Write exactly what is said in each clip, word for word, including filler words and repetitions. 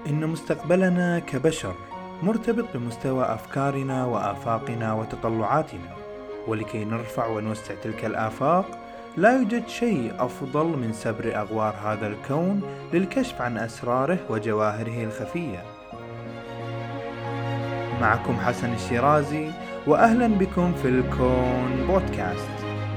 إن مستقبلنا كبشر مرتبط بمستوى أفكارنا وآفاقنا وتطلعاتنا، ولكي نرفع ونوسع تلك الآفاق لا يوجد شيء أفضل من سبر أغوار هذا الكون للكشف عن أسراره وجواهره الخفية. معكم حسن الشيرازي، وأهلا بكم في الكون بودكاست.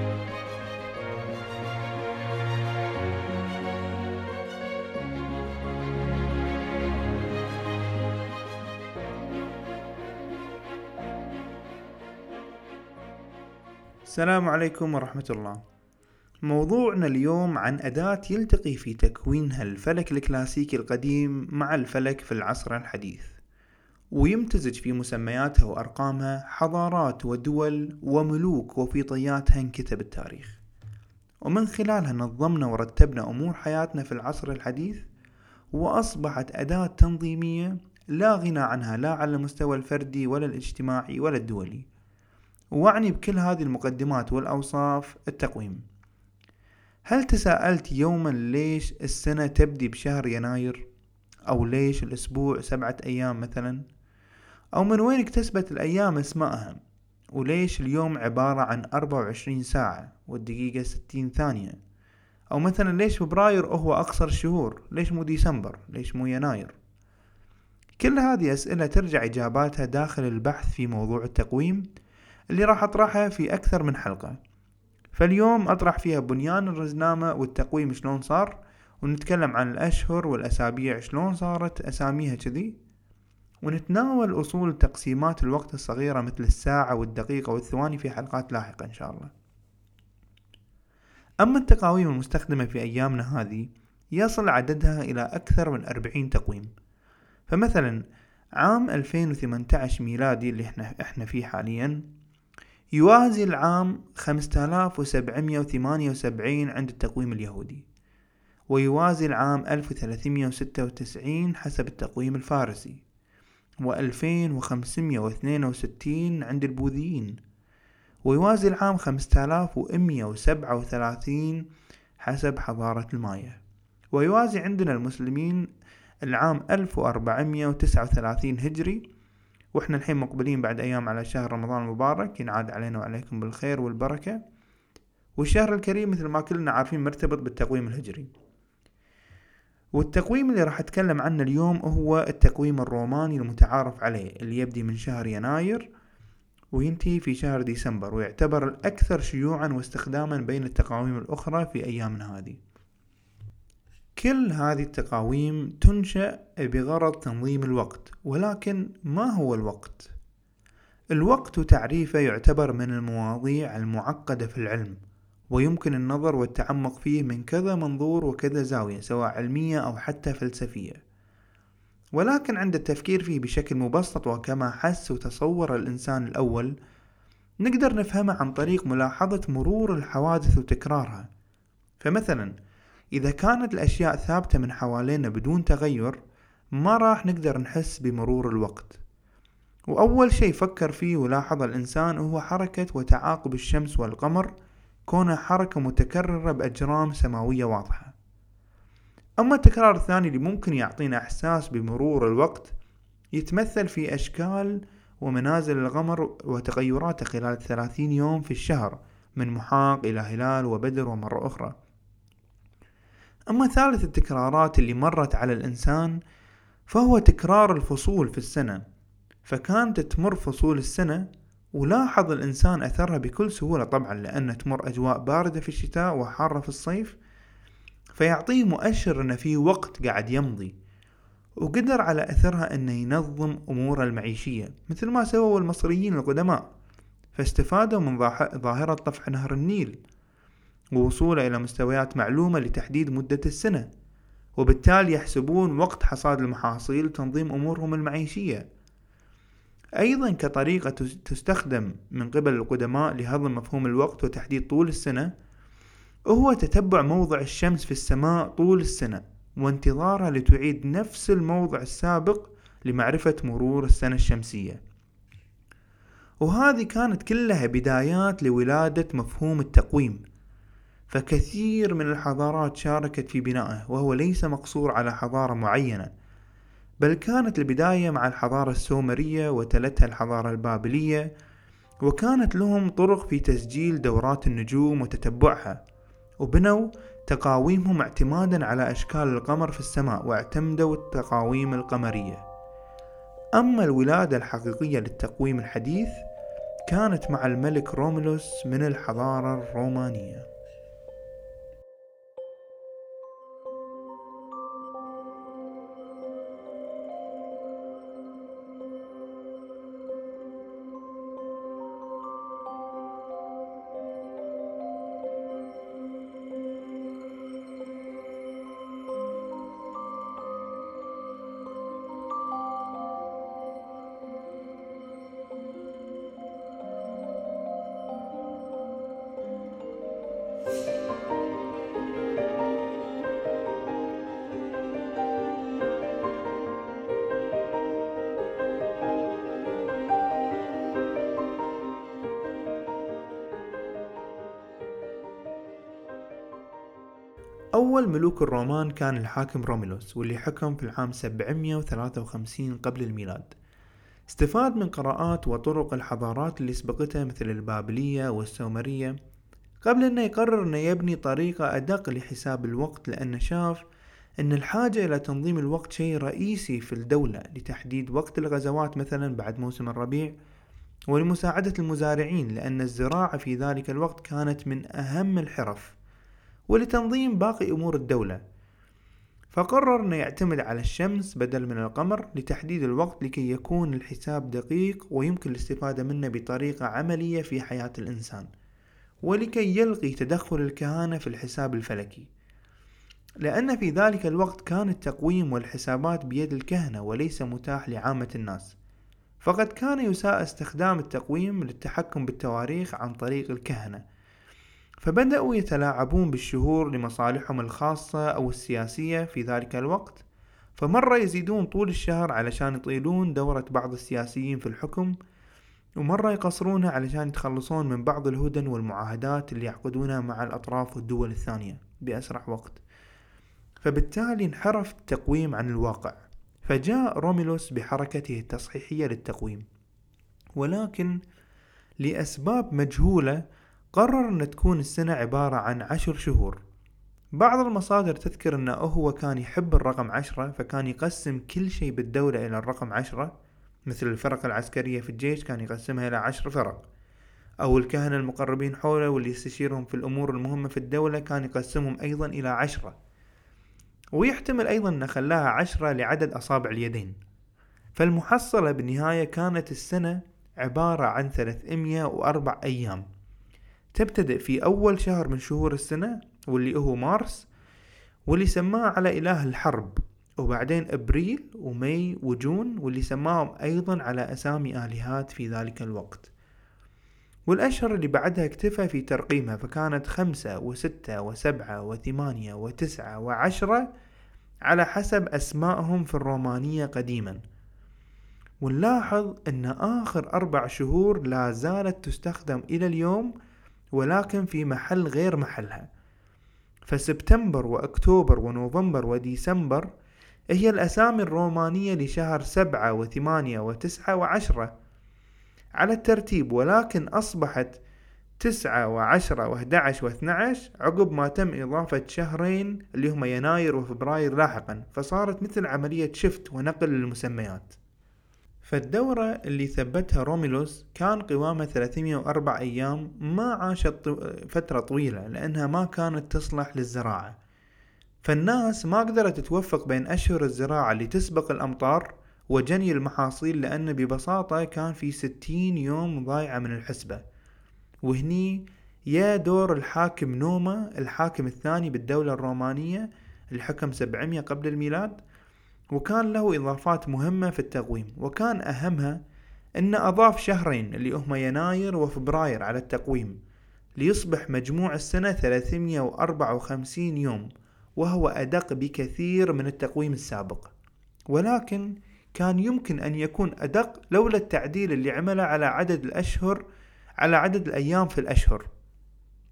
السلام عليكم ورحمة الله. موضوعنا اليوم عن أداة يلتقي في تكوينها الفلك الكلاسيكي القديم مع الفلك في العصر الحديث، ويمتزج في مسمياتها وأرقامها حضارات ودول وملوك وفيطياتها انكتب التاريخ، ومن خلالها نظمنا ورتبنا أمور حياتنا في العصر الحديث، وأصبحت أداة تنظيمية لا غنى عنها لا على المستوى الفردي ولا الاجتماعي ولا الدولي. وأعني بكل هذه المقدمات والأوصاف التقويم. هل تساءلت يوما ليش السنة تبدي بشهر يناير؟ أو ليش الأسبوع سبعة أيام مثلا؟ أو من وين اكتسبت الأيام اسمائها؟ وليش اليوم عبارة عن أربعة وعشرين ساعة والدقيقة ستين ثانية؟ أو مثلا ليش فبراير هو أقصر الشهور؟ ليش مو ديسمبر؟ ليش مو يناير؟ كل هذه أسئلة ترجع إجاباتها داخل البحث في موضوع التقويم اللي راح أطرحها في أكثر من حلقة. فاليوم أطرح فيها بنيان الرزنامة والتقويم شلون صار، ونتكلم عن الأشهر والأسابيع شلون صارت أساميها كذي، ونتناول أصول تقسيمات الوقت الصغيرة مثل الساعة والدقيقة والثواني في حلقات لاحقة إن شاء الله. أما التقاويم المستخدمة في أيامنا هذه يصل عددها إلى أكثر من أربعين تقويم. فمثلا عام ألفين وثمانية عشر ميلادي اللي احنا, احنا فيه حاليا يوازي العام خمسة آلاف وسبعمائة وثمانية وسبعين عند التقويم اليهودي، ويوازي العام ألف وثلاثمائة وستة وتسعين حسب التقويم الفارسي، وألفين وخمسمائة واثنين وستين عند البوذيين، ويوازي العام خمسة آلاف ومائة وسبعة وثلاثين حسب حضارة المايا، ويوازي عندنا المسلمين العام ألف وأربعمائة وتسعة وثلاثين هجري. وإحنا الحين مقبلين بعد أيام على شهر رمضان المبارك، ينعاد علينا وعليكم بالخير والبركة. والشهر الكريم مثل ما كلنا عارفين مرتبط بالتقويم الهجري. والتقويم اللي راح أتكلم عنه اليوم هو التقويم الروماني المتعارف عليه، اللي يبدي من شهر يناير وينتهي في شهر ديسمبر، ويعتبر الأكثر شيوعا واستخداما بين التقاويم الأخرى في أيامنا هذه. كل هذه التقاويم تنشأ بغرض تنظيم الوقت، ولكن ما هو الوقت؟ الوقت تعريفه يعتبر من المواضيع المعقدة في العلم، ويمكن النظر والتعمق فيه من كذا منظور وكذا زاوية، سواء علمية أو حتى فلسفية. ولكن عند التفكير فيه بشكل مبسط وكما حس وتصور الإنسان الأول، نقدر نفهمه عن طريق ملاحظة مرور الحوادث وتكرارها. فمثلا إذا كانت الأشياء ثابتة من حوالينا بدون تغير، ما راح نقدر نحس بمرور الوقت. وأول شيء فكر فيه ولاحظ الإنسان هو حركة وتعاقب الشمس والقمر، كونها حركة متكررة بأجرام سماوية واضحة. أما التكرار الثاني اللي ممكن يعطينا إحساس بمرور الوقت يتمثل في أشكال ومنازل القمر وتغيراته خلال ثلاثين يوم في الشهر، من محاق إلى هلال وبدر ومرة أخرى. أما ثالث التكرارات اللي مرت على الإنسان فهو تكرار الفصول في السنة. فكانت تمر فصول السنة ولاحظ الإنسان أثرها بكل سهولة، طبعا لأن تمر أجواء باردة في الشتاء وحارة في الصيف، فيعطيه مؤشر أن في وقت قاعد يمضي، وقدر على أثرها أنه ينظم أمور المعيشية مثل ما سووا المصريين القدماء، فاستفادوا من ظاهرة طفح نهر النيل ووصوله إلى مستويات معلومة لتحديد مدة السنة، وبالتالي يحسبون وقت حصاد المحاصيل وتنظيم أمورهم المعيشية. أيضا كطريقة تستخدم من قبل القدماء لهضم مفهوم الوقت وتحديد طول السنة، هو تتبع موضع الشمس في السماء طول السنة وانتظارها لتعيد نفس الموضع السابق لمعرفة مرور السنة الشمسية. وهذه كانت كلها بدايات لولادة مفهوم التقويم، فكثير من الحضارات شاركت في بنائه، وهو ليس مقصور على حضارة معينة، بل كانت البداية مع الحضارة السومرية وتلتها الحضارة البابلية، وكانت لهم طرق في تسجيل دورات النجوم وتتبعها، وبنوا تقاويمهم اعتمادا على أشكال القمر في السماء، واعتمدوا التقاويم القمرية. أما الولادة الحقيقية للتقويم الحديث كانت مع الملك رومولوس من الحضارة الرومانية. أول ملوك الرومان كان الحاكم رومولوس، واللي حكم في العام سبعمائة وثلاثة وخمسين قبل الميلاد. استفاد من قراءات وطرق الحضارات اللي سبقتها مثل البابلية والسومرية، قبل أنه يقرر أنه يبني طريقة أدق لحساب الوقت، لأنه شاف أن الحاجة إلى تنظيم الوقت شيء رئيسي في الدولة لتحديد وقت الغزوات مثلا بعد موسم الربيع، ولمساعدة المزارعين لأن الزراعة في ذلك الوقت كانت من أهم الحرف، ولتنظيم باقي أمور الدولة. فقرر أنه يعتمد على الشمس بدل من القمر لتحديد الوقت، لكي يكون الحساب دقيق ويمكن الاستفادة منه بطريقة عملية في حياة الإنسان، ولكي يلغي تدخل الكهنة في الحساب الفلكي، لأن في ذلك الوقت كان التقويم والحسابات بيد الكهنة وليس متاح لعامة الناس، فقد كان يساء استخدام التقويم للتحكم بالتواريخ عن طريق الكهنة. فبدأوا يتلاعبون بالشهور لمصالحهم الخاصة أو السياسية في ذلك الوقت، فمرة يزيدون طول الشهر علشان يطيلون دورة بعض السياسيين في الحكم، ومرة يقصرونها علشان يتخلصون من بعض الهدن والمعاهدات اللي يعقدونها مع الأطراف والدول الثانية بأسرع وقت. فبالتالي انحرف التقويم عن الواقع، فجاء رومولوس بحركته التصحيحية للتقويم، ولكن لأسباب مجهولة قرر أن تكون السنة عبارة عن عشر شهور. بعض المصادر تذكر أنه هو كان يحب الرقم عشرة، فكان يقسم كل شيء بالدولة إلى الرقم عشرة، مثل الفرق العسكرية في الجيش كان يقسمها إلى عشر فرق، أو الكهنة المقربين حوله واللي يستشيرهم في الأمور المهمة في الدولة كان يقسمهم أيضا إلى عشرة، ويحتمل أيضا أن خلاها عشرة لعدد أصابع اليدين. فالمحصلة بالنهاية كانت السنة عبارة عن ثلاثمائة وأربع أيام، تبتدئ في أول شهر من شهور السنة واللي هو مارس، واللي سماه على إله الحرب، وبعدين أبريل وماي وجون، واللي سماهم أيضا على أسامي آلهات في ذلك الوقت. والأشهر اللي بعدها اكتفى في ترقيمها، فكانت خمسة وستة وسبعة وثمانية وتسعة وعشرة على حسب أسمائهم في الرومانية قديما. ونلاحظ أن آخر أربع شهور لا زالت تستخدم إلى اليوم، ولكن في محل غير محلها. فسبتمبر وأكتوبر ونوفمبر وديسمبر هي الأسامي الرومانية لشهر سبعة وثمانية وتسعة وعشرة على الترتيب، ولكن أصبحت تسعة وعشرة وأحد عشر واثنى عشر عقب ما تم إضافة شهرين اللي هم يناير وفبراير لاحقا، فصارت مثل عملية شفت ونقل للمسميات. فالدورة اللي ثبتها رومولوس كان قوامها ثلاثمائة وأربع أيام، ما عاشت فترة طويلة لأنها ما كانت تصلح للزراعة، فالناس ما قدرت تتوفق بين أشهر الزراعة اللي تسبق الأمطار وجني المحاصيل، لأن ببساطة كان في ستين يوم ضايعة من الحسبة. وهني يا دور الحاكم نوما الحاكم الثاني بالدولة الرومانية اللي حكم سبعمائة قبل الميلاد، وكان له إضافات مهمة في التقويم، وكان أهمها أن أضاف شهرين اللي هما يناير وفبراير على التقويم، ليصبح مجموع السنة ثلاثمائة وأربعة وخمسين يوم، وهو أدق بكثير من التقويم السابق، ولكن كان يمكن أن يكون أدق لولا التعديل اللي عمله على عدد الأشهر على عدد الأيام في الأشهر.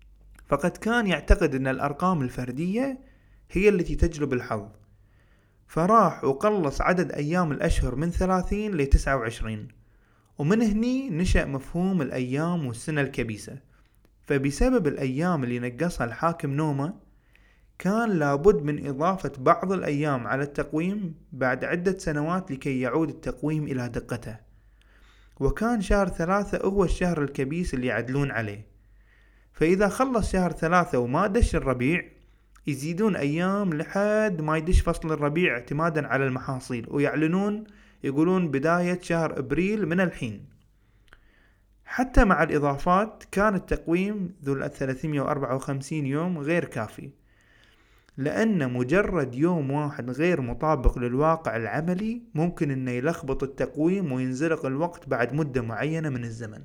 فقد كان يعتقد أن الأرقام الفردية هي التي تجلب الحظ، فراح وقلص عدد أيام الأشهر من ثلاثين لتسعة وعشرين، ومن هني نشأ مفهوم الأيام والسنة الكبيسة. فبسبب الأيام اللي نقصها الحاكم نوما كان لابد من إضافة بعض الأيام على التقويم بعد عدة سنوات لكي يعود التقويم إلى دقته. وكان شهر ثلاثة هو الشهر الكبيس اللي يعدلون عليه. فإذا خلص شهر ثلاثة وما دش الربيع يزيدون أيام لحد ما يدش فصل الربيع اعتمادا على المحاصيل، ويعلنون يقولون بداية شهر أبريل من الحين. حتى مع الإضافات كان التقويم ذو الثلاثمائة وأربعة وخمسين يوم غير كافي، لأن مجرد يوم واحد غير مطابق للواقع العملي ممكن أنه يلخبط التقويم وينزلق الوقت بعد مدة معينة من الزمن.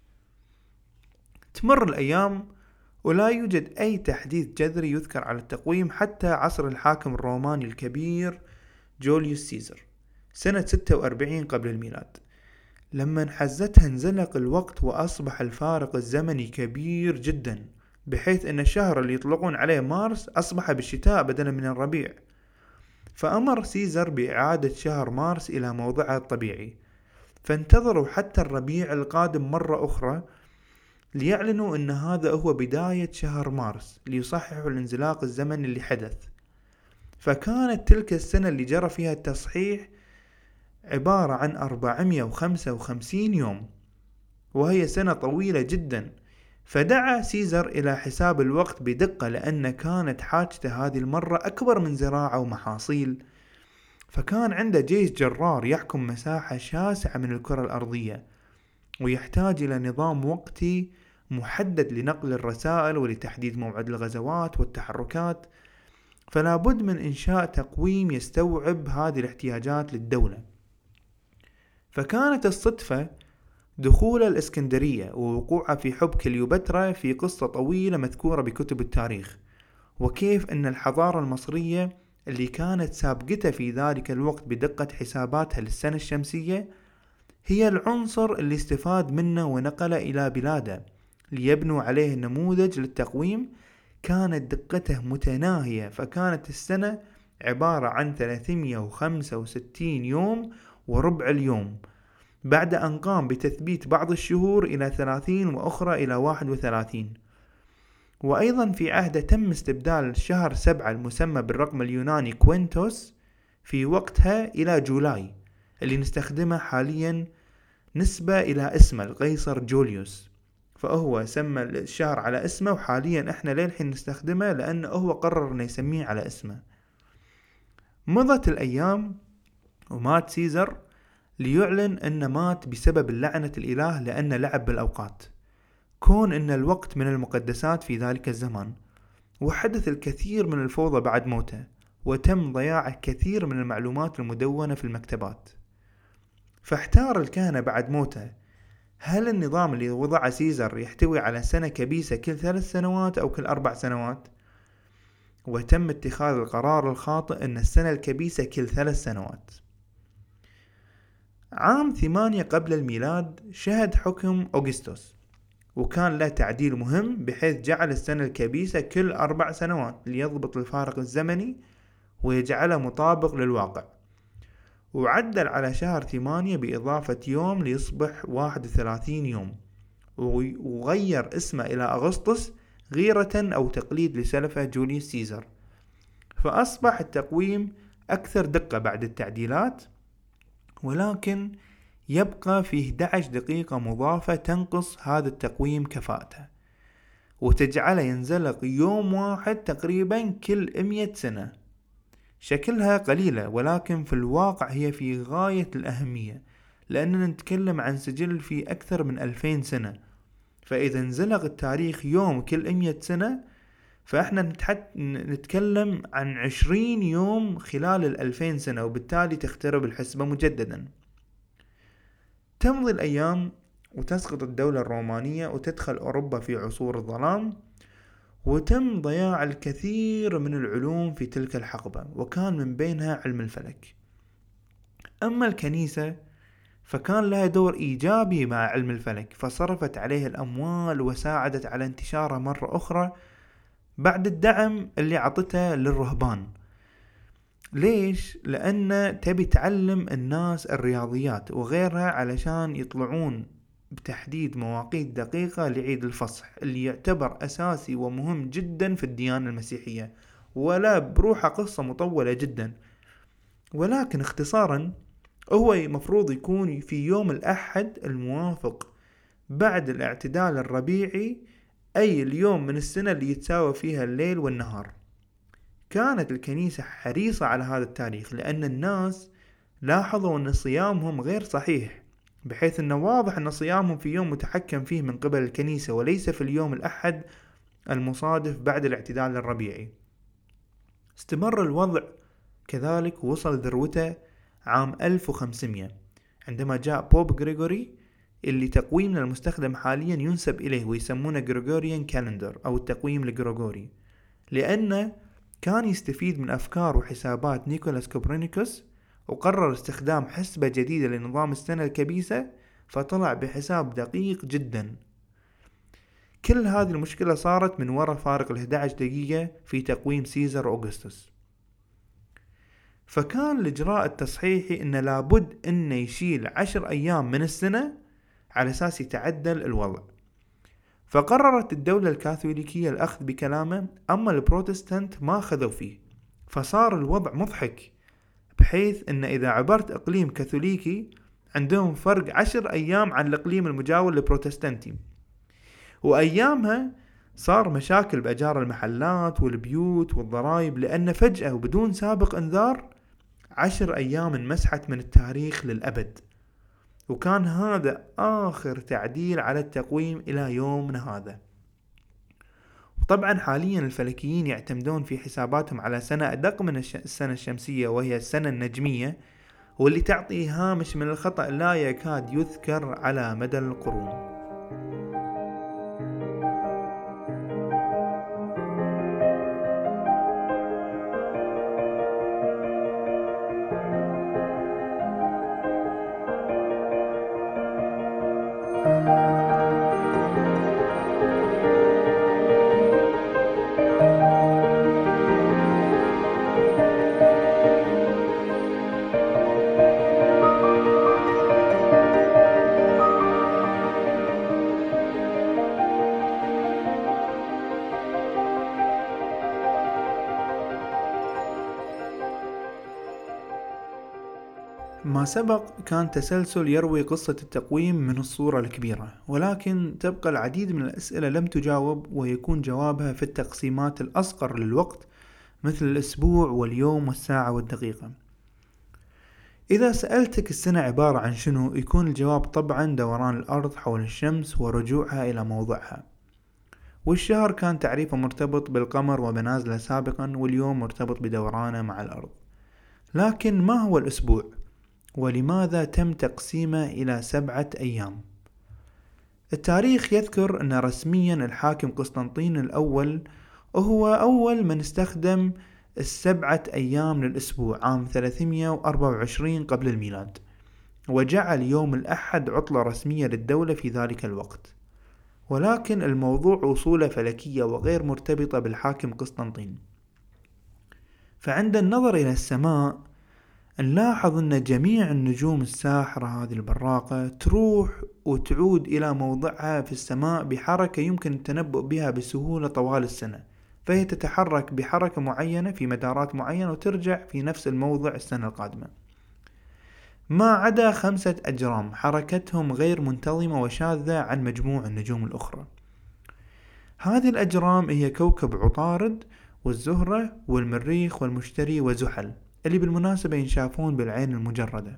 تمر الأيام ولا يوجد أي تحديث جذري يذكر على التقويم حتى عصر الحاكم الروماني الكبير جوليوس سيزر سنة ستة وأربعين قبل الميلاد، لما انحزتها انزلق الوقت وأصبح الفارق الزمني كبير جدا، بحيث أن الشهر اللي يطلقون عليه مارس أصبح بالشتاء بدلا من الربيع. فأمر سيزر بإعادة شهر مارس إلى موضعه الطبيعي، فانتظروا حتى الربيع القادم مرة أخرى ليعلنوا أن هذا هو بداية شهر مارس ليصححوا الانزلاق الزمني اللي حدث. فكانت تلك السنة اللي جرى فيها التصحيح عبارة عن أربعمائة وخمسة وخمسين يوم، وهي سنة طويلة جدا. فدعا سيزر إلى حساب الوقت بدقة، لأن كانت حاجته هذه المرة أكبر من زراعة ومحاصيل. فكان عنده جيش جرار يحكم مساحة شاسعة من الكرة الأرضية، ويحتاج إلى نظام وقتي محدد لنقل الرسائل ولتحديد موعد الغزوات والتحركات. فلا بد من إنشاء تقويم يستوعب هذه الاحتياجات للدولة. فكانت الصدفة دخول الإسكندرية ووقوعها في حب كليوباترا في قصة طويلة مذكورة بكتب التاريخ، وكيف أن الحضارة المصرية اللي كانت سابقتها في ذلك الوقت بدقة حساباتها للسنة الشمسية هي العنصر اللي استفاد منه ونقل إلى بلاده ليبنوا عليه نموذج للتقويم كانت دقته متناهية. فكانت السنة عبارة عن ثلاثمائة وخمسة وستين يوم وربع اليوم، بعد أن قام بتثبيت بعض الشهور إلى ثلاثين وأخرى إلى واحد وثلاثين. وأيضا في عهده تم استبدال شهر سبعة المسمى بالرقم اليوناني كوينتوس في وقتها إلى جولاي اللي نستخدمه حاليا نسبة إلى اسمه القيصر جوليوس، فهو سمى الشهر على اسمه، وحاليا احنا للحين نستخدمه لأنه هو قرر أن يسميه على اسمه. مضت الأيام ومات سيزر ليعلن أن مات بسبب اللعنة الإله لأن لعب بالأوقات، كون أن الوقت من المقدسات في ذلك الزمان. وحدث الكثير من الفوضى بعد موته، وتم ضياع الكثير من المعلومات المدونة في المكتبات. فاحتار الكهنة بعد موته، هل النظام اللي وضعه سيزر يحتوي على سنة كبيسة كل ثلاث سنوات أو كل أربع سنوات؟ وتم اتخاذ القرار الخاطئ أن السنة الكبيسة كل ثلاث سنوات. عام ثمانية قبل الميلاد شهد حكم أوغسطس، وكان له تعديل مهم بحيث جعل السنة الكبيسة كل أربع سنوات ليضبط الفارق الزمني ويجعله مطابق للواقع. وعدل على شهر ثمانية بإضافة يوم ليصبح واحد وثلاثين يوم، وغير اسمه إلى أغسطس غيرة أو تقليد لسلفه جوليوس سيزر. فأصبح التقويم أكثر دقة بعد التعديلات، ولكن يبقى فيه أحد عشر دقيقة مضافة تنقص هذا التقويم كفاءته، وتجعله ينزلق يوم واحد تقريبا كل مئة سنة. شكلها قليلة، ولكن في الواقع هي في غاية الأهمية، لأننا نتكلم عن سجل في أكثر من ألفين سنة. فإذا انزلق التاريخ يوم كل مئة سنة، فإحنا نتكلم عن عشرين يوم خلال الألفين سنة، وبالتالي تخترب الحسبة مجددا. تمضي الأيام وتسقط الدولة الرومانية وتدخل أوروبا في عصور الظلام، وتم ضياع الكثير من العلوم في تلك الحقبة، وكان من بينها علم الفلك. أما الكنيسة فكان لها دور إيجابي مع علم الفلك، فصرفت عليه الأموال وساعدت على انتشاره مرة أخرى بعد الدعم اللي عطته للرهبان. ليش؟ لأن تبي تعلم الناس الرياضيات وغيرها علشان يطلعون بتحديد مواقيت دقيقة لعيد الفصح اللي يعتبر أساسي ومهم جدا في الديانة المسيحية، ولا بروحه قصة مطولة جدا. ولكن اختصارا، هو مفروض يكون في يوم الأحد الموافق بعد الاعتدال الربيعي، أي اليوم من السنة اللي يتساوى فيها الليل والنهار. كانت الكنيسة حريصة على هذا التاريخ لأن الناس لاحظوا أن صيامهم غير صحيح، بحيث أنه واضح أن صيامهم في يوم متحكم فيه من قبل الكنيسة وليس في اليوم الأحد المصادف بعد الاعتدال الربيعي. استمر الوضع كذلك ووصل ذروته عام ألف وخمسمية عندما جاء بوب غريغوري، اللي تقويمنا المستخدم حاليا ينسب إليه ويسمونه غريغوريان كالندر أو التقويم الغريغوري، لأنه كان يستفيد من أفكار وحسابات نيكولاس كوبرنيكوس، وقرر استخدام حسبة جديدة لنظام السنة الكبيسة، فطلع بحساب دقيق جدا. كل هذه المشكلة صارت من وراء فارق الإحدى عشر دقيقة في تقويم سيزر أوغسطس. فكان الإجراء التصحيحي إنه لابد إنه يشيل عشر أيام من السنة على أساس يتعدل الوضع. فقررت الدولة الكاثوليكية الأخذ بكلامه، أما البروتستانت ما أخذوا فيه، فصار الوضع مضحك، بحيث إن إذا عبرت إقليم كاثوليكي عندهم فرق عشر أيام عن الإقليم المجاور البروتستانتي. وأيامها صار مشاكل بأجار المحلات والبيوت والضرائب، لأن فجأة وبدون سابق انذار عشر أيام انمسحت من التاريخ للأبد. وكان هذا آخر تعديل على التقويم إلى يومنا هذا. وطبعا حاليا الفلكيين يعتمدون في حساباتهم على سنة أدق من السنة الشمسية، وهي السنة النجمية، واللي تعطي هامش من الخطأ لا يكاد يذكر على مدى القرون. ما سبق كان تسلسل يروي قصة التقويم من الصورة الكبيرة، ولكن تبقى العديد من الأسئلة لم تجاوب، ويكون جوابها في التقسيمات الأصغر للوقت مثل الأسبوع واليوم والساعة والدقيقة. إذا سألتك السنة عبارة عن شنو، يكون الجواب طبعا دوران الأرض حول الشمس ورجوعها إلى موضعها. والشهر كان تعريفه مرتبط بالقمر ومنازله سابقا، واليوم مرتبط بدورانه مع الأرض. لكن ما هو الأسبوع؟ ولماذا تم تقسيمه إلى سبعة أيام؟ التاريخ يذكر أن رسميا الحاكم قسطنطين الأول هو أول من استخدم السبعة أيام للأسبوع عام ثلاثمائة وأربعة وعشرين قبل الميلاد، وجعل يوم الأحد عطلة رسمية للدولة في ذلك الوقت. ولكن الموضوع وصوله فلكية وغير مرتبطة بالحاكم قسطنطين. فعند النظر إلى السماء نلاحظ أن جميع النجوم الساحرة هذه البراقة تروح وتعود إلى موضعها في السماء بحركة يمكن التنبؤ بها بسهولة طوال السنة، فهي تتحرك بحركة معينة في مدارات معينة وترجع في نفس الموضع السنة القادمة، ما عدا خمسة أجرام حركتهم غير منتظمة وشاذة عن مجموع النجوم الأخرى. هذه الأجرام هي كوكب عطارد والزهرة والمريخ والمشتري وزحل، اللي بالمناسبة ينشافون بالعين المجردة.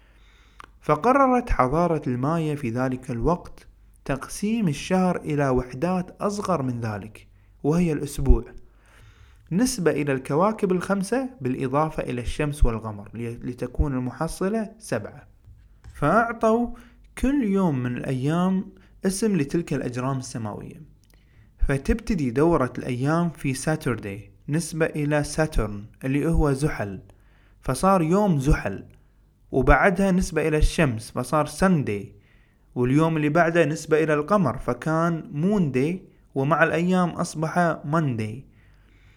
فقررت حضارة المايا في ذلك الوقت تقسيم الشهر إلى وحدات أصغر من ذلك، وهي الأسبوع، نسبة إلى الكواكب الخمسة بالإضافة إلى الشمس والقمر، لتكون المحصلة سبعة. فأعطوا كل يوم من الأيام اسم لتلك الأجرام السماوية. فتبتدي دورة الأيام في ساتردي نسبة إلى ساترن اللي هو زحل، فصار يوم زحل، وبعدها نسبة إلى الشمس فصار ساندي، واليوم اللي بعده نسبة إلى القمر فكان موندي، ومع الأيام أصبح ماندي.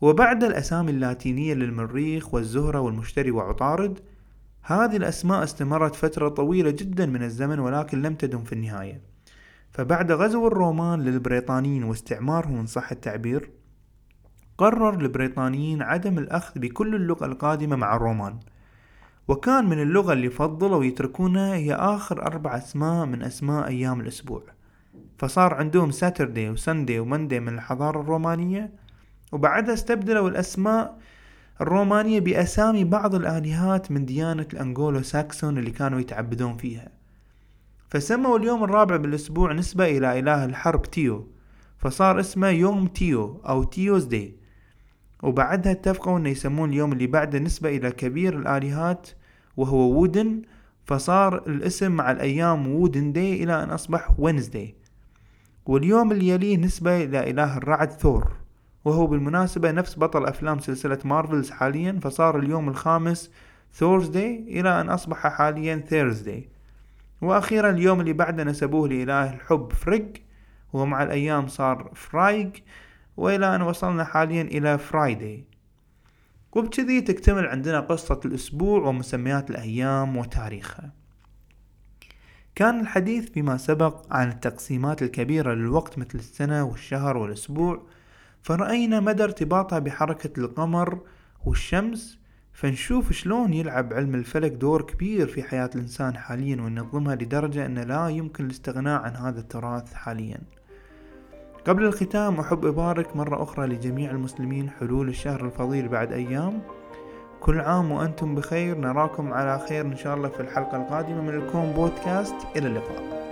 وبعد الأسامي اللاتينية للمريخ والزهرة والمشتري وعطارد. هذه الأسماء استمرت فترة طويلة جدا من الزمن ولكن لم تدم في النهاية. فبعد غزو الرومان للبريطانيين واستعمارهم إن صح التعبير، قرر البريطانيين عدم الأخذ بكل اللغة القادمة مع الرومان، وكان من اللغة اللي فضلوا يتركونها هي آخر أربع أسماء من أسماء أيام الأسبوع. فصار عندهم ساتردي وساندي وماندي من الحضارة الرومانية، وبعدها استبدلوا الأسماء الرومانية بأسامي بعض الآلهات من ديانة الأنجولو ساكسون اللي كانوا يتعبدون فيها. فسموا اليوم الرابع بالأسبوع نسبة إلى إله الحرب تيو، فصار اسمه يوم تيو أو تيوز دي. وبعدها اتفقوا أن يسمون اليوم اللي بعده نسبة إلى كبير الآلهات وهو وودن، فصار الاسم مع الأيام وودن دي إلى أن أصبح وينزداي. واليوم اللي يليه نسبة إلى إله الرعد ثور، وهو بالمناسبة نفس بطل أفلام سلسلة مارفلز حاليا، فصار اليوم الخامس ثورزداي إلى أن أصبح حاليا ثيرزداي. وأخيرا اليوم اللي بعده نسبوه لإله الحب فريغ، ومع الأيام صار فرايغ، وإلى أن وصلنا حاليا إلى فرايداي. وبكذي تكتمل عندنا قصة الأسبوع ومسميات الأيام وتاريخها. كان الحديث فيما سبق عن التقسيمات الكبيرة للوقت مثل السنة والشهر والأسبوع، فرأينا مدى ارتباطها بحركة القمر والشمس، فنشوف شلون يلعب علم الفلك دور كبير في حياة الإنسان حاليا وينظمها لدرجة أن لا يمكن الاستغناء عن هذا التراث حاليا. قبل الختام أحب أبارك مرة أخرى لجميع المسلمين حلول الشهر الفضيل بعد أيام. كل عام وأنتم بخير، نراكم على خير إن شاء الله في الحلقة القادمة من الكون بودكاست. إلى اللقاء.